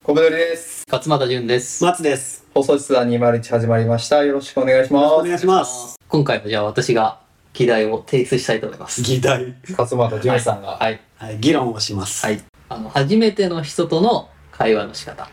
小ぶどりです。 勝俣潤です。 松です。 放送室は201始まりました。よろしくお願いします。 お願いします。 今回もじゃあ私が議題を提出したいと思います。 議題。 勝俣潤さんが、 はい。 はい、議論をします。 はい。初めての人との会話の仕方。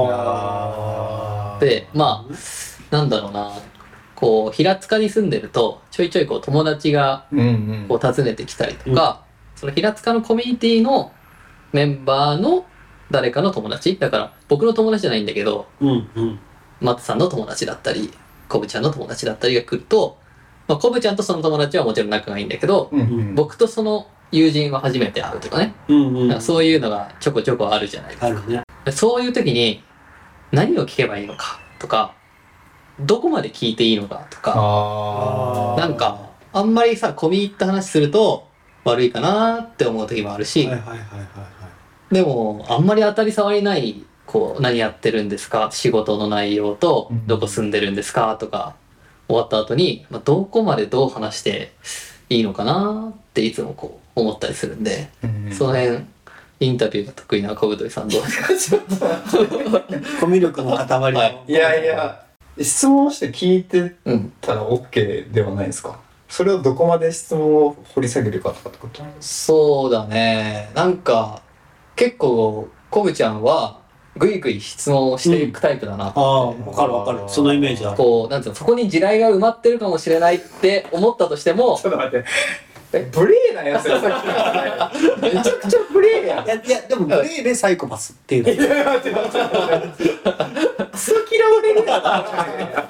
で、まあ、なんだろうな、こう、平塚に住んでると、ちょいちょいこう友達がこう訪ねてきたりとか、その平塚のコミュニティのメンバーの誰かの友達だから僕の友達じゃないんだけど、松さんの友達だったりコブちゃんの友達だったりが来ると、まあ、コブちゃんとその友達はもちろん仲がいいんだけど、僕とその友人は初めて会うとかね、なんかそういうのがちょこちょこあるじゃないですか。 あるね。 そういう時に何を聞けばいいのかとか、どこまで聞いていいのかとか、なんかあんまりさ込み入った話すると悪いかなって思う時もあるし、でもあんまり当たり障りないこう何やってるんですか、仕事の内容とどこ住んでるんですかとか終わった後に、まあ、どこまでどう話していいのかなっていつもこう思ったりするんで、その辺インタビューが得意な小太りさんどうですか？ コミュ力の塊の、 いやいや、質問して聞いてたら OK ではないですか？それをどこまで質問を掘り下げるかとかってこと？ そうだね、なんか結構コブちゃんはぐいぐい質問をしていくタイプだなと思って、 わかるわかる、そのイメージある。 こうなんていうの、そこに地雷が埋まってるかもしれないって思ったとしても、 ちょっと待って、ブレーなやつや、さっきからめちゃくちゃブレーやん。 いやでもブレーでサイコパスっていうの。 いや待ってクソ嫌われるやな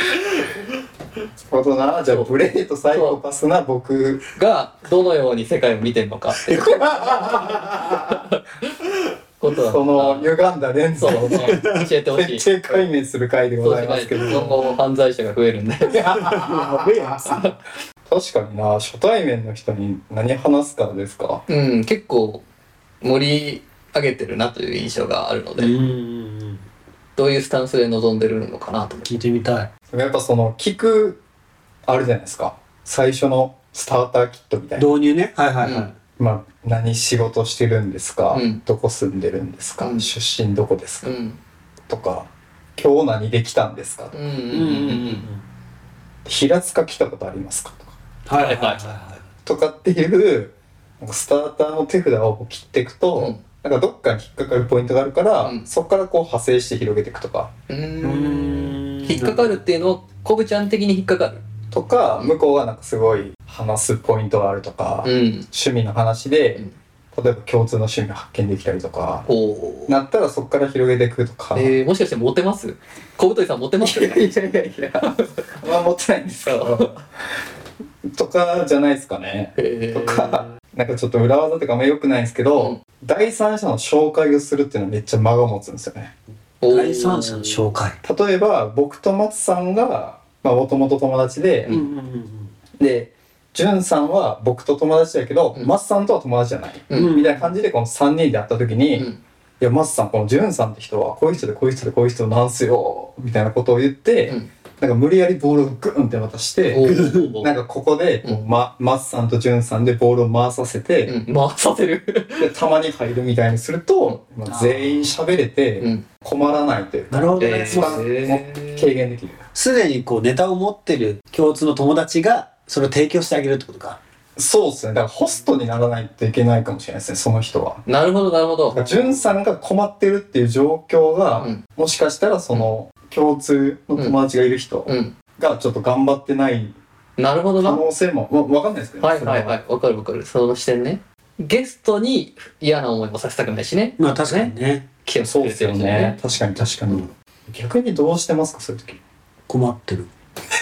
ほどな。じゃあブレーとサイコパスな僕がどのように世界を見てるのかっていうことだ。 その歪んだレンズを教えてほしい。 徹底解明する回でございますけど、 今後犯罪者が増えるんで。 確かにな、初対面の人に何話すかですか？ 結構盛り上げてるなという印象があるので、どういうスタンスで臨んでるのかなと聞いてみたい。 やっぱその聞くあるじゃないですか、最初のスターターキットみたいな導入ね。 まあ、何仕事してるんですか、どこ住んでるんですか、出身どこですか、とか今日何できたんですかとか、平塚来たことありますかとか、とかっていうなんかスターターの手札を切っていくと、なんかどっかに引っかかるポイントがあるから、そこからこう派生して広げていくとか、 引っかかるっていうのをコブちゃん的に引っかかるとか、向こうがなんかすごい話すポイントがあるとか、趣味の話で、例えば共通の趣味を発見できたりとか、なったらそこから広げていくとか。 もしかしてモテます？小太りさんモテます？ いやまあモテないんですけどとかじゃないですかね。とかなんかちょっと裏技とかあんま良くないんですけど、第三者の紹介をするっていうのはめっちゃ間が持つんですよね。 第三者の紹介。 例えば僕と松さんがもともと友達で、で潤さんは僕と友達だけど、松さんとは友達じゃない、みたいな感じでこの3人で会った時に、いや松さんこの潤さんって人はこういう人でこういう人でこういう人なんすよみたいなことを言って、なんか無理やりボールをグーンって渡して、なんかここでこう、松さんと潤さんでボールを回させて、 回させるでたまに入るみたいにすると、全員喋れて困らないというか、 なるほどね。 負担も軽減できる。 すでにこうネタを持ってる共通の友達がそれを提供してあげるってことか。 そうですね。だからホストにならないといけないかもしれないですね、その人は。 なるほどなるほど。 潤さんが困ってるっていう状況が、もしかしたらその共通の友達がいる人がちょっと頑張ってない可能性も分かんないですけどね。 分かる分かる。その視点ね。ゲストに嫌な思いもさせたくないしね。 まあ確かにね。 そうですよね。確かに確かに。逆にどうしてますか、そういう時？ 困ってる。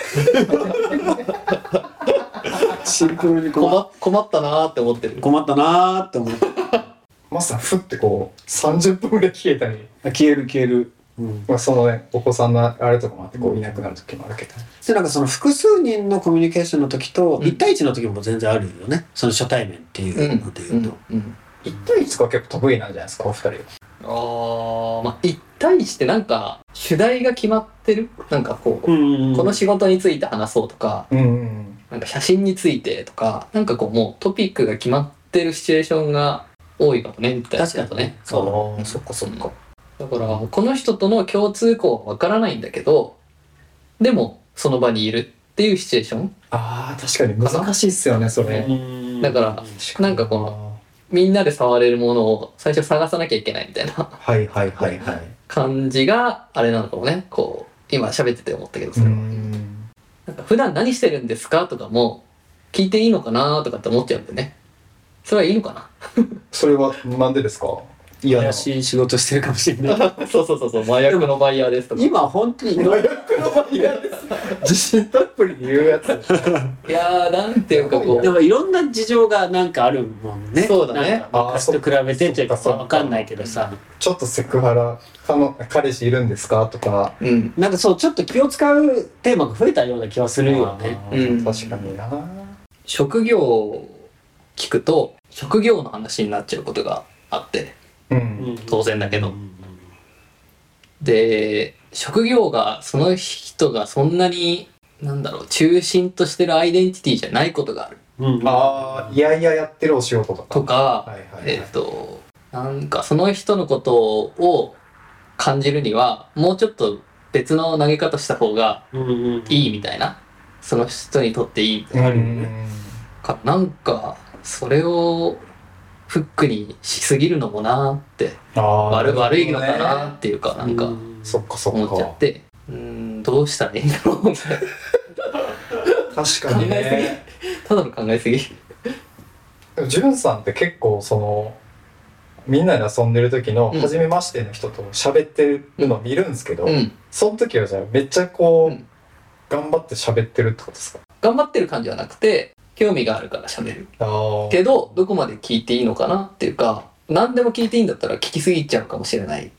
シンプルに困ったなーって思ってる。 困ったなーって思って。 まさふってこう30分ぐらい消えたり。 消える。 そのね、お子さんのあれとかもあってこういなくなる時もあるけど。 でなんかその複数人のコミュニケーションの時と1対1の時も全然あるよね。その初対面っていうので言うと。 1対1が結構得意なんじゃないですか、お二人は。 まあ1対1ってなんか主題が決まってる。なんかこう、この仕事について話そうとか、なんか写真についてとか、なんかこうもうトピックが決まってるシチュエーションが多いかもね、みたいな。 確かにね。そっかそっか。 だからこの人との共通項はわからないんだけど、でもその場にいるっていうシチュエーション。 ああ、確かに難しいっすよね、それ。 だからなんかこのみんなで触れるものを最初探さなきゃいけないみたいなはいはいはいはい。 感じがあれなのかもね。こう今喋ってて思ったけど、それはなんか普段何してるんですかとかも聞いていいのかなとかって思っちゃうんでね。それはいいのかな。 それはなんでですか？いや、 怪しい仕事してるかもしれない。 そうそうそうそう、麻薬のバイヤーですとか。 今本当に麻薬のバイヤーです。自信たっぷりに言うやつ。 いやー、なんていうかこう。 でもいろんな事情がなんかあるもんね。 そうだね。 なんか昔と比べてっていうかわかんないけどさ。 ちょっとセクハラ、彼氏いるんですかとか。 うん。 なんかそう、ちょっと気を使うテーマが増えたような気はするよね。 確かにな。 職業を聞くと、職業の話になっちゃうことがあって。当然だけど。で、職業がその人がそんなになんだろう中心としてるアイデンティティじゃないことがある。 ああ、いやいややってるお仕事とか。 とか、なんかその人のことを感じるにはもうちょっと別の投げ方した方がいいみたいな、その人にとっていいみたいな。なんかそれをフックにしすぎるのもなーって悪いのかなっていうかなんか思っちゃって、どうしたらいいんだろうみたいな。 確かにね。 ただの考えすぎ。 ジュンさんって結構そのみんなで遊んでる時の初めましての人と喋ってるのを見るんですけど、その時はじゃあめっちゃこう頑張って喋ってるってことですか？ 頑張ってる感じはなくて、興味があるから喋るけど、どこまで聞いていいのかなっていうか、何でも聞いていいんだったら聞きすぎちゃうかもしれないっていう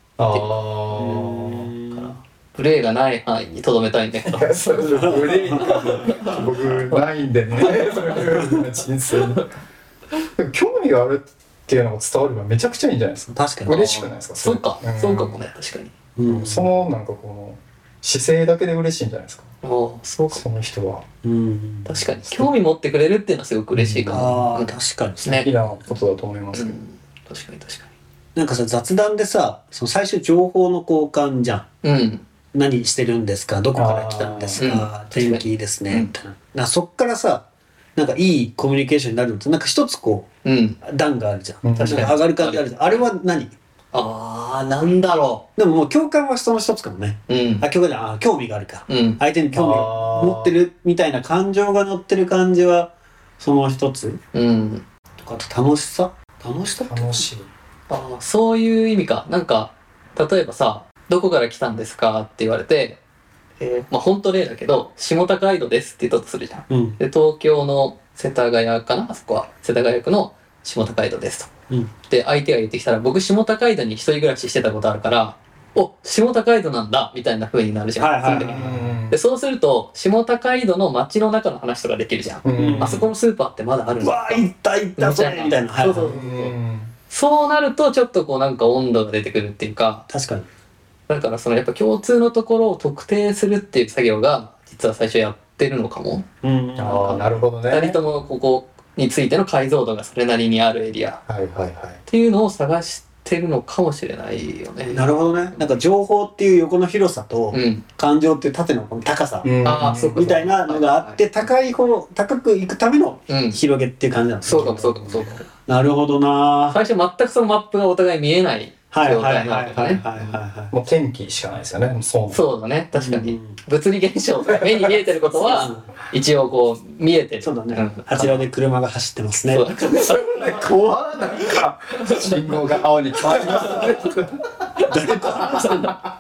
からプレイがない範囲にとどめたいんだけど。 プレイが僕ないんでね。そういう人生に。でも興味があるっていうのが伝わればめちゃくちゃいいんじゃないですか。 確かに嬉しくないですか？ そうか、そうかもね、確かに。 そのなんかこの姿勢だけで嬉しいんじゃないですか。 そうか。 その人は。 確かに興味持ってくれるっていうのはすごく嬉しいかも。 確かに素敵なことだと思いますけど。 確かに確かに。 なんかさ、雑談でさ、その最初情報の交換じゃん。何してるんですか、どこから来たんですか、天気いいですね、みたいな。そっからさ、なんかいいコミュニケーションになるのってなんか一つこう、段があるじゃん。確かに上がる感じあるじゃん。あれは何？ なんだろう。でももう共感はその一つかもね。興味があるか。相手に興味を持ってるみたいな感情が乗ってる感じはその一つ。とかあと楽しさ。楽しい。 そういう意味か。なんか例えばさ、どこから来たんですかって言われて、本当例だけど下高井戸ですって言ったとするじゃん。で東京の世田谷かな、あそこは世田谷区の下高井戸ですと。で相手が言ってきたら、僕下高井戸に一人暮らししてたことあるから、下高井戸なんだみたいな風になるじゃん。でそうすると下高井戸の街の中の話とかできるじゃん。あそこのスーパーってまだあるんだ。 行ったそれみたいな。 そうなるとちょっとこうなんか温度が出てくるっていうか。 確かに。 だからそのやっぱ共通のところを特定するっていう作業が実は最初やってるのかも。 なるほどね。 2人ともここについての解像度がそれなりにあるエリアっていうのを探してるのかもしれないよね。 なるほどね。なんか情報っていう横の広さと、感情っていう縦のこの高さみたいなのがあって、高くいくための広げっていう感じなんですね。 そうかも。 なるほどな。 最初全くそのマップがお互い見えない状態なのかね。 もう天気しかないですよね。 そうだね、確かに。物理現象、目に見えてることは一応こう見えてる。 そうだね。あちらで車が走ってますね。 怖い。なんか信号が青に変わりますね。 誰と話してんだ。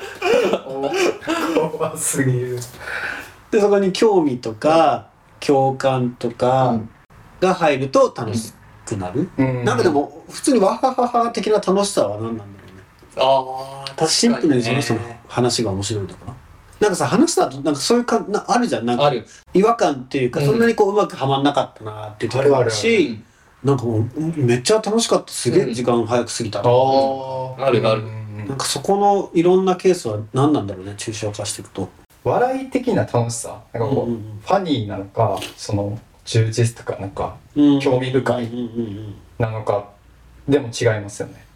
怖すぎる。 でそこに興味とか共感とかが入ると楽しくなる。なんかでも普通にワハハハ的な楽しさは何なんだろうね。シンプルにその人の話が面白いとか。なんかさ、話した後なんかそういうあるじゃん。なんか違和感っていうか、そんなにこううまくはまんなかったなっていう時もあるし、なんかもうめっちゃ楽しかった、すげえ時間早く過ぎたとか。 ある。 なんかそこのいろんなケースは何なんだろうね、抽象化していくと。 笑い的な楽しさ、なんかこう、ファニーなのか、その充実とかなんか興味深いなのかでも違いますよね。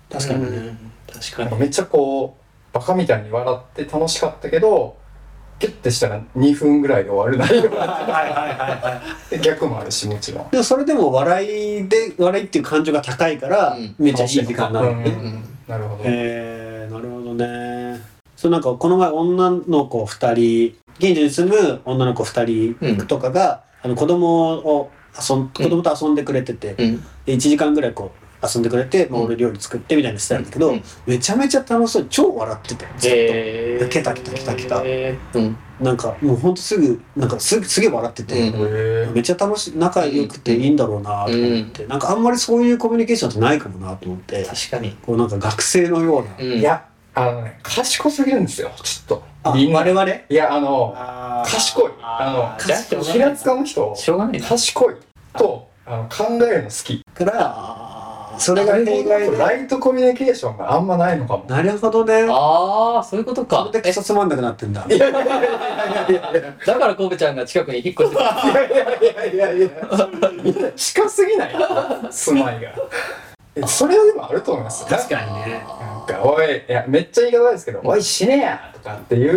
確かにね。 確かに。 めっちゃこうバカみたいに笑って楽しかったけど、ギュッてしたら2分ぐらいで終わる内容で逆もあるし、もちろん。 でもそれでも笑いっていう感情が高いから、めっちゃいい時間になるね。 なるほど。 なるほどね。そうなんかこの前女の子2人、近所に住む女の子2人とかが、子供と遊んでくれてて、で1時間ぐらいこう遊んでくれて、俺料理作ってみたいにしてたんだけど、めちゃめちゃ楽しそうに超笑ってて、ずっとケタケタケタケタ、なんかもうほんとすぐすげえ笑ってて、めっちゃ仲良くていいんだろうなと思って、なんかあんまりそういうコミュニケーションってないかもなと思って。 確かに。 こうなんか学生のような。 いや、賢すぎるんですよ、ちょっと。 我々？ いや、賢い。平塚の人、 しょうがない。 賢いと、考えるの好き。 から、それが弊害で。 ライトコミュニケーションがあんまないのかも。 なるほどね。 ああ、そういうことか。 それでクソつまんなくなってんだ。 いやだからコブちゃんが近くに引っ越してた。 いや近すぎない住まいが。それはでもあると思います。 確かにね。 なんか、おい、いや、めっちゃ言い方ですけど、おい、死ねやとかっていう、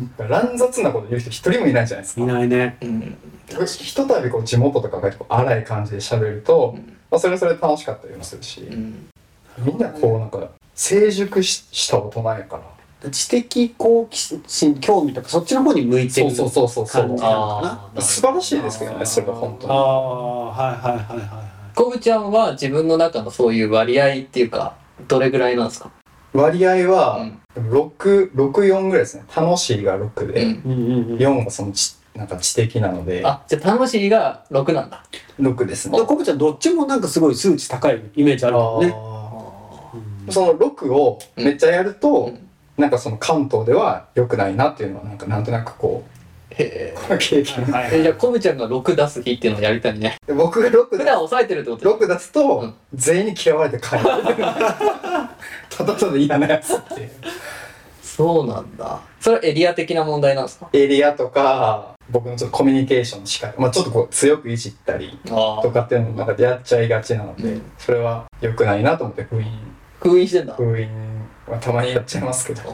乱雑なこと言う人一人もいないじゃないですか。 いないね。 ひとたびこう地元とかが荒い感じで喋ると、それはそれで楽しかったりもするし、みんなこうなんか成熟した大人やから。 知的好奇心、興味とかそっちの方に向いてる感じなのかな。素晴らしいですけどね、それは本当に。 はい。 コブちゃんは自分の中のそういう割合っていうか、どれぐらいなんですか？ 割合は、6、4ぐらいですね。楽しいが6で、4がそのなんか知的なので。 あ、じゃあ楽しいが6なんだ。 6ですね。 コブちゃんどっちもなんかすごい数値高いイメージあるもんね。 その6をめっちゃやると、なんかその関東では良くないなっていうのはなんとなくこう、経験。 じゃあコブちゃんが6出す日っていうのをやりたいね。 僕が6 普段抑えてるってこと 6出すと、全員に嫌われて帰る。ただただ嫌なやつっていう。 そうなんだ。それはエリア的な問題なんですか？ エリアとか、僕のちょっとコミュニケーションの仕方、ちょっとこう強くいじったりとかっていうのをなんかやっちゃいがちなので、それは良くないなと思って封印してんだ。 封印はたまにやっちゃいますけど。 なる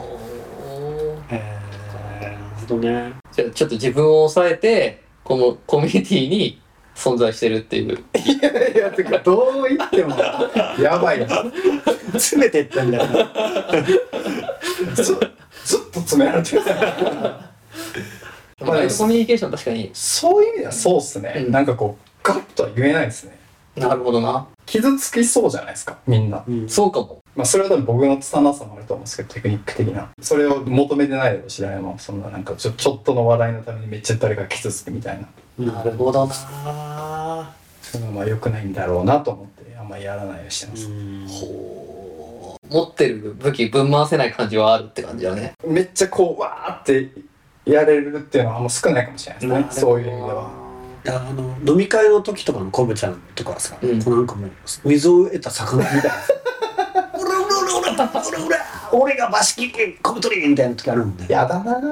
ほどね。 じゃあちょっと自分を抑えて、このコミュニティに存在してるっていう。 いや、てかどう言ってもやばいな。 詰めてったんだよな。 ずっと詰められてる。 コミュニケーション確かに。 そういう意味ではそうっすね。なんかこう、ガッとは言えないですね。 なるほどな。 傷つきそうじゃないですか、みんな。 そうかも。 それは多分僕の拙さもあると思うんですけど、テクニック的な。それを求めてないだろうし、誰も。そんななんかちょっとの話題のためにめっちゃ誰か傷つくみたいな。 なるほどな。 そういうのは良くないんだろうなと思って、あんまりやらないようにしてます。 持ってる武器ぶん回せない感じはあるって感じだね。 めっちゃこう、わーってやれるっていうのはあんま少ないかもしれないですね。そういう意味では。 飲み会の時とかのコブちゃんとかさ、なんかもう水を得た魚みたいな俺がバシキコブ取りみたいな時あるもんね。 やだな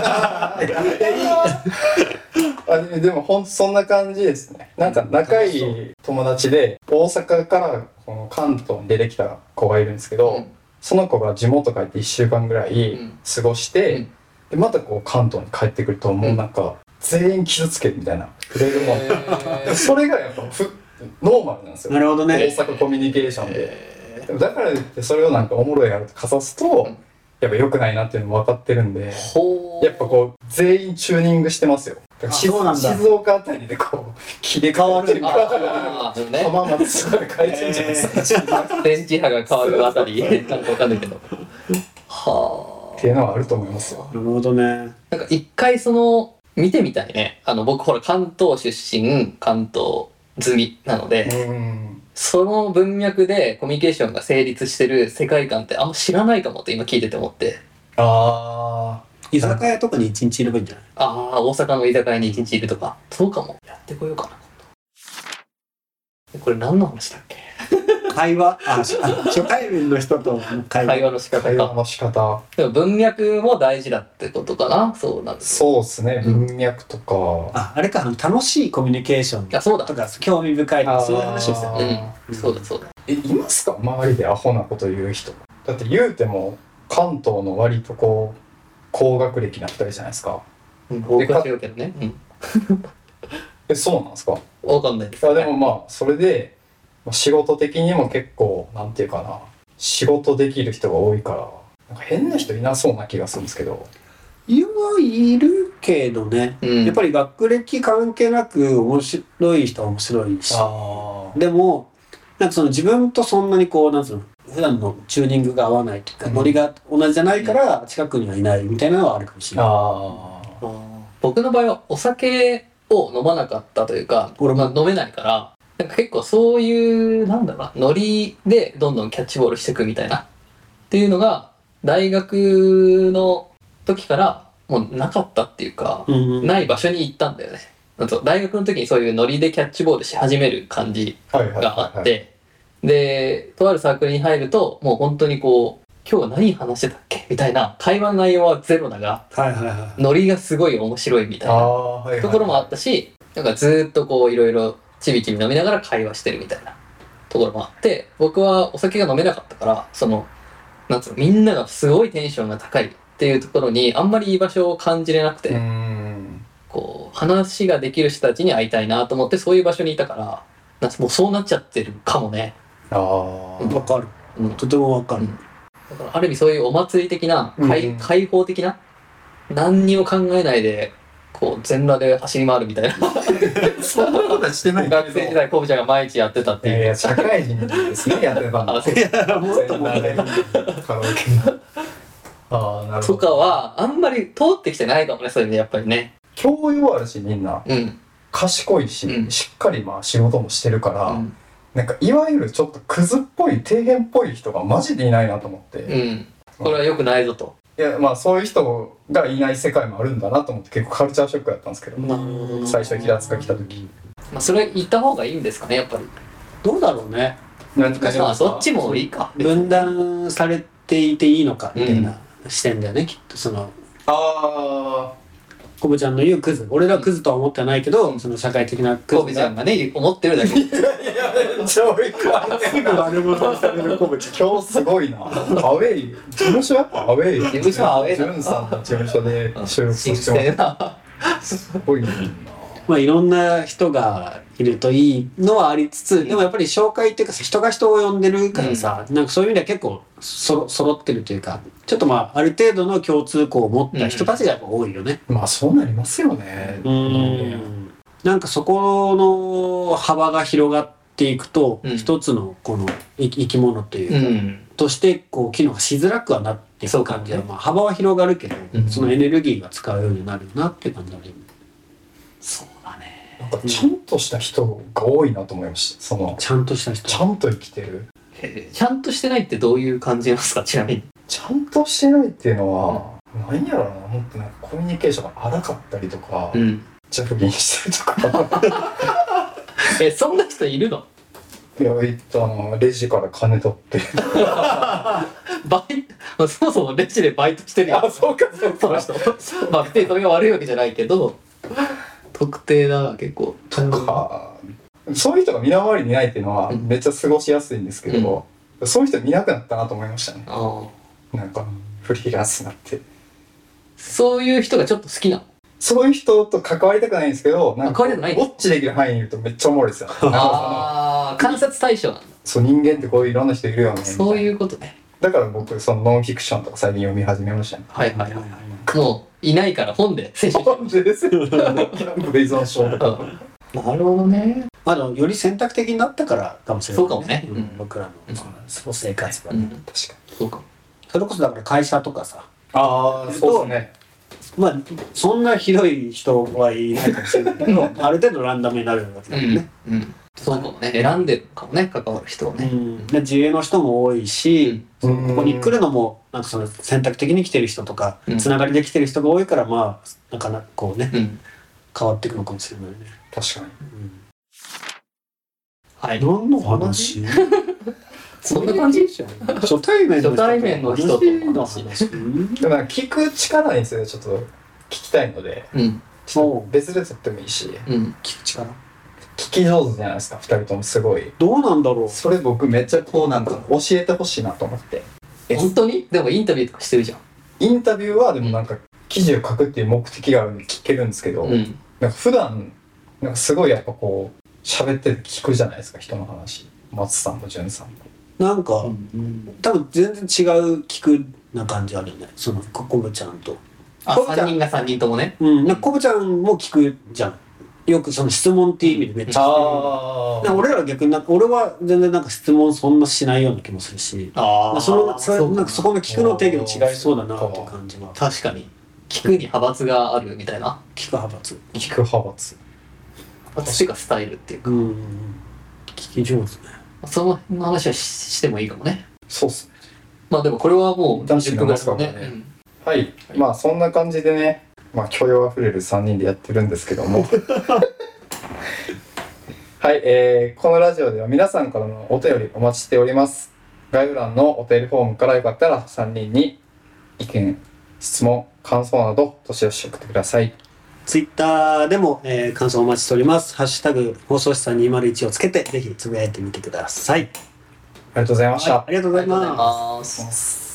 でもそんな感じですね。なんか仲いい友達で大阪からこの関東に出てきた子がいるんですけど、その子が地元帰って1週間ぐらい過ごして、でまたこう関東に帰ってくるともうなんか全員傷つけるみたいな触れるもん、それがやっぱノーマルなんですよ。 なるほどね。 大阪コミュニケーションで。だから言ってそれをなんかおもろいやるとかざすと、やっぱ良くないなっていうのも分かってるんで、やっぱこう全員チューニングしてますよ。静岡あたりでこう切り替わる浜松とかで変えてんじゃないですか。 電磁波が変わるあたりなんか分かんないけど。はあ。っていうのはあると思いますよ。 なるほどね。 なんか一回見てみたいね。僕ほら関東出身、関東済みなので、その文脈でコミュニケーションが成立してる世界観ってあんま知らないかもって今聞いてて思って。 居酒屋とかに一日いればいいんじゃない？ 大阪の居酒屋に一日いるとか。そうかも。やってこようかな。これ何の話だっけ？ 会話初対面の人と会話の仕方会話の仕方。 でも文脈も大事だってことかな。そうなんです。 そうですね、文脈とか。 あれか、楽しいコミュニケーションとか興味深いとかそういう話ですよね。 そうだそうだ。 いますか周りでアホなこと言う人。だって言うても関東の割とこう高学歴な2人じゃないですか。 僕は違うけどね。 そうなんですか。 わかんないです。 でもまあそれで仕事的にも結構なんていうかな、仕事できる人が多いからなんか変な人いなそうな気がするんですけど。 いるけどね、やっぱり学歴関係なく面白い人は面白いし、でもなんかその自分とそんなにこうなんつうの普段のチューニングが合わないというか、ノリが同じじゃないから近くにはいないみたいなのはあるかもしれない。 僕の場合はお酒を飲まなかったというか、飲めないからなんか結構そういうなんだろうな、ノリでどんどんキャッチボールしていくみたいなっていうのが大学の時からもうなかったっていうか、ない場所に行ったんだよね。大学の時にそういうノリでキャッチボールし始める感じがあって、でとあるサークルに入るともう本当にこう今日は何話してたっけみたいな会話の内容はゼロだが、ノリがすごい面白いみたいなところもあったし、なんかずっとこういろいろちびちび飲みながら会話してるみたいなところもあって、僕はお酒が飲めなかったからそのなんつうの、みんながすごいテンションが高いっていうところにあんまり居場所を感じれなくて、こう話ができる人たちに会いたいなと思ってそういう場所にいたから、もうそうなっちゃってるかもね。 わかる、とてもわかる。 だからある意味そういうお祭り的な開放的な、何にも考えないでこう全裸で走り回るみたいなそんなことはしてない学生時代コブちゃんが毎日やってたっていう、 社会人ですねやってたんだ。もっともねカラオケなるほどとかはあんまり通ってきてないかもね。それでやっぱりね教養あるしみんな、賢いし、しっかりまあ仕事もしてるから、なんかいわゆるちょっとクズっぽい底辺っぽい人がマジでいないなと思って、これは良くないぞと。いやまあそういう人がいない世界もあるんだなと思って結構カルチャーショックだったんですけど、最初平塚来た時、 それ言った方がいいんですかねやっぱり。 どうだろうね。 どっちもいいか。 分断されていていいのかみたいな視点だよね、きっと。そのコブちゃんの言うクズ、俺らクズとは思ってないけど、その社会的なクズコブちゃんがね思ってるだけ。 超いかすぐ悪者されるコブちゃん。 今日すごいな。アウェイ事務所やっぱアウェイ。 事務所はアウェイだ。 ジュンさんの事務所で収録してます。すごいな。 まあいろんな人がいるといいのはありつつ、でもやっぱり紹介っていうか人が人を呼んでるからさ、なんかそういう意味では結構揃ってるというか、ちょっとまあある程度の共通項を持った人たちがやっぱ多いよね。 まあそうなりますよね。 なんかそこの幅が広がっていくと、一つのこの生き物というか、としてこう機能がしづらくはなっていく感じは、まあ幅は広がるけど、そのエネルギーが使うようになるなって感じだね。 そうだね。 なんかちゃんとした人が多いなと思いました。そのちゃんとした人、 ちゃんと生きてる。 ちゃんとしてないってどういう感じなんですか、ちなみに。 ちゃんとしてないっていうのは、何やろうな、もっとなんかコミュニケーションが荒かったりとか、ジャフギンしてるとか。 そんな人いるの？ いや、レジから金取って。 そもそもレジでバイトしてるよ。 そうか、 その人。まあ、別にそれが悪いわけじゃないけど、特定だ、結構。 とか、そういう人が身の回りにいないっていうのは、めっちゃ過ごしやすいんですけど、そういう人見なくなったなと思いましたね。なんか、フリーランスになって。 そういう人がちょっと好きなの？ そういう人と関わりたくないんですけど、 なんかウォッチできる範囲にいるとめっちゃおもろいですよ。 観察対象なんだ。 そう、人間ってこういういろんな人いるよね。 そういうことね。 だから僕そのノンフィクションとか最近読み始めましたね。 もういないから本で摂取本でですよ。キャンプで依存症とか。 なるほどね。 より選択的になったからかもしれない。 そうかもね。 僕らの生活が。 確かに。 そうか。それこそだから会社とかさ。 そうですね。 まあそんなひどい人はいないかもしれないけど、ある程度ランダムになるわけだもんね。 そうかもね。選んでるかもね、関わる人をね。 自営の人も多いし、ここに来るのもなんかその選択的に来てる人とか、つながりで来てる人が多いから、まあなかなかこうね、変わっていくのかもしれないね。 確かに。 はい。何の話？ そんな感じ初対面の人と話。 でもなんか聞く力についてちょっと聞きたいので、ちょっと別で撮ってもいいし、 聞く力聞き上手じゃないですか、2人ともすごい。 どうなんだろう。 それ僕めっちゃこうなんか教えてほしいなと思って。 本当に？でもインタビューとかしてるじゃん。 インタビューはでもなんか記事を書くっていう目的があるんで聞けるんですけど、なんか普段なんかすごいやっぱこう喋ってて聞くじゃないですか、人の話。松さんも潤さんも。 なんか、多分全然違う聞くな感じあるよね。そのコブちゃんと。 3人が3人ともね。 なんかコブちゃんも聞くじゃん。よくその質問っていう意味でめっちゃ聞く。俺ら逆に俺は全然なんか質問そんなしないような気もするし、なんかそこの聞くの定義の違いそうだなっていう感じは。 確かに。聞くに派閥があるみたいな。 聞く派閥っていうかスタイルっていうか。 聞き上手ね。 その辺の話はしてもいいかもね。 そうっすね。 まあでもこれはもう20分ぐらいですね。 はい。まあそんな感じでね、まあ許容あふれる3人でやってるんですけども。はい、このラジオでは皆さんからのお便りお待ちしております。概要欄のお便りフォームからよかったら3人に意見、質問、感想などどしどし送ってください。 Twitter でも、感想お待ちしております。ハッシュタグ放送室201をつけてぜひつぶやいてみてください。 ありがとうございました。 ありがとうございます。